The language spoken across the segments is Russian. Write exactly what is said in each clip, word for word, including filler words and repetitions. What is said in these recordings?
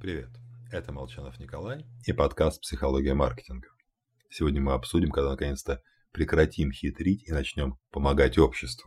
Привет, это Молчанов Николай и подкаст «Психология маркетинга». Сегодня мы обсудим, когда наконец-то прекратим хитрить и начнем помогать обществу.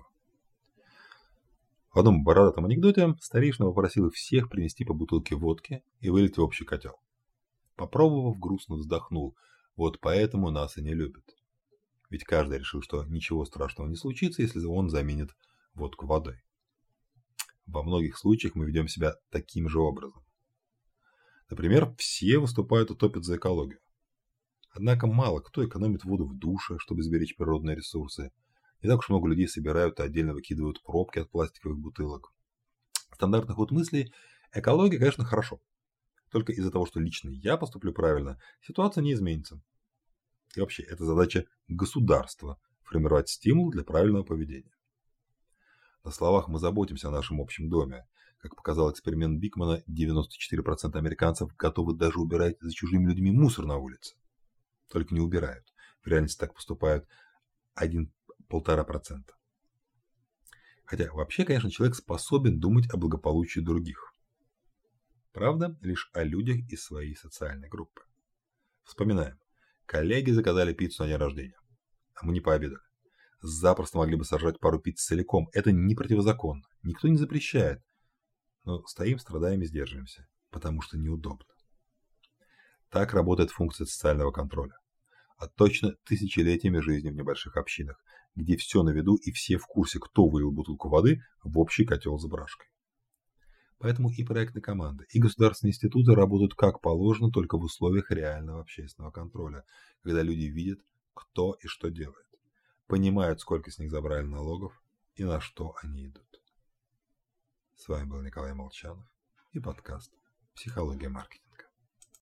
В одном бородатом анекдоте старейшина попросил всех принести по бутылке водки и вылить в общий котел. Попробовав, грустно вздохнул: вот поэтому нас и не любят. Ведь каждый решил, что ничего страшного не случится, если он заменит водку водой. Во многих случаях мы ведем себя таким же образом. Например, все выступают и топят за экологию. Однако мало кто экономит воду в душе, чтобы сберечь природные ресурсы. Не так уж много людей собирают и отдельно выкидывают пробки от пластиковых бутылок. Стандартный ход мыслей: экология, конечно, хорошо. Только из-за того, что лично я поступлю правильно, ситуация не изменится. И вообще, это задача государства – формировать стимул для правильного поведения. На словах мы заботимся о нашем общем доме. Как показал эксперимент Бикмана, девяносто четыре процента американцев готовы даже убирать за чужими людьми мусор на улице. Только не убирают. В реальности так поступают один-полтора процента. Хотя вообще, конечно, человек способен думать о благополучии других. Правда, лишь о людях из своей социальной группы. Вспоминаем. Коллеги заказали пиццу на день рождения, а мы не пообедали. Запросто могли бы сожрать пару пицц целиком. Это не противозаконно. Никто не запрещает. Но стоим, страдаем и сдерживаемся, потому что неудобно. Так работает функция социального контроля. А точно тысячелетиями жизни в небольших общинах, где все на виду и все в курсе, кто вылил бутылку воды в общий котел с брашкой. Поэтому и проектные команды, и государственные институты работают как положено, только в условиях реального общественного контроля, когда люди видят, кто и что делает, понимают, сколько с них забрали налогов и на что они идут. С вами был Николай Молчанов и подкаст «Психология маркетинга».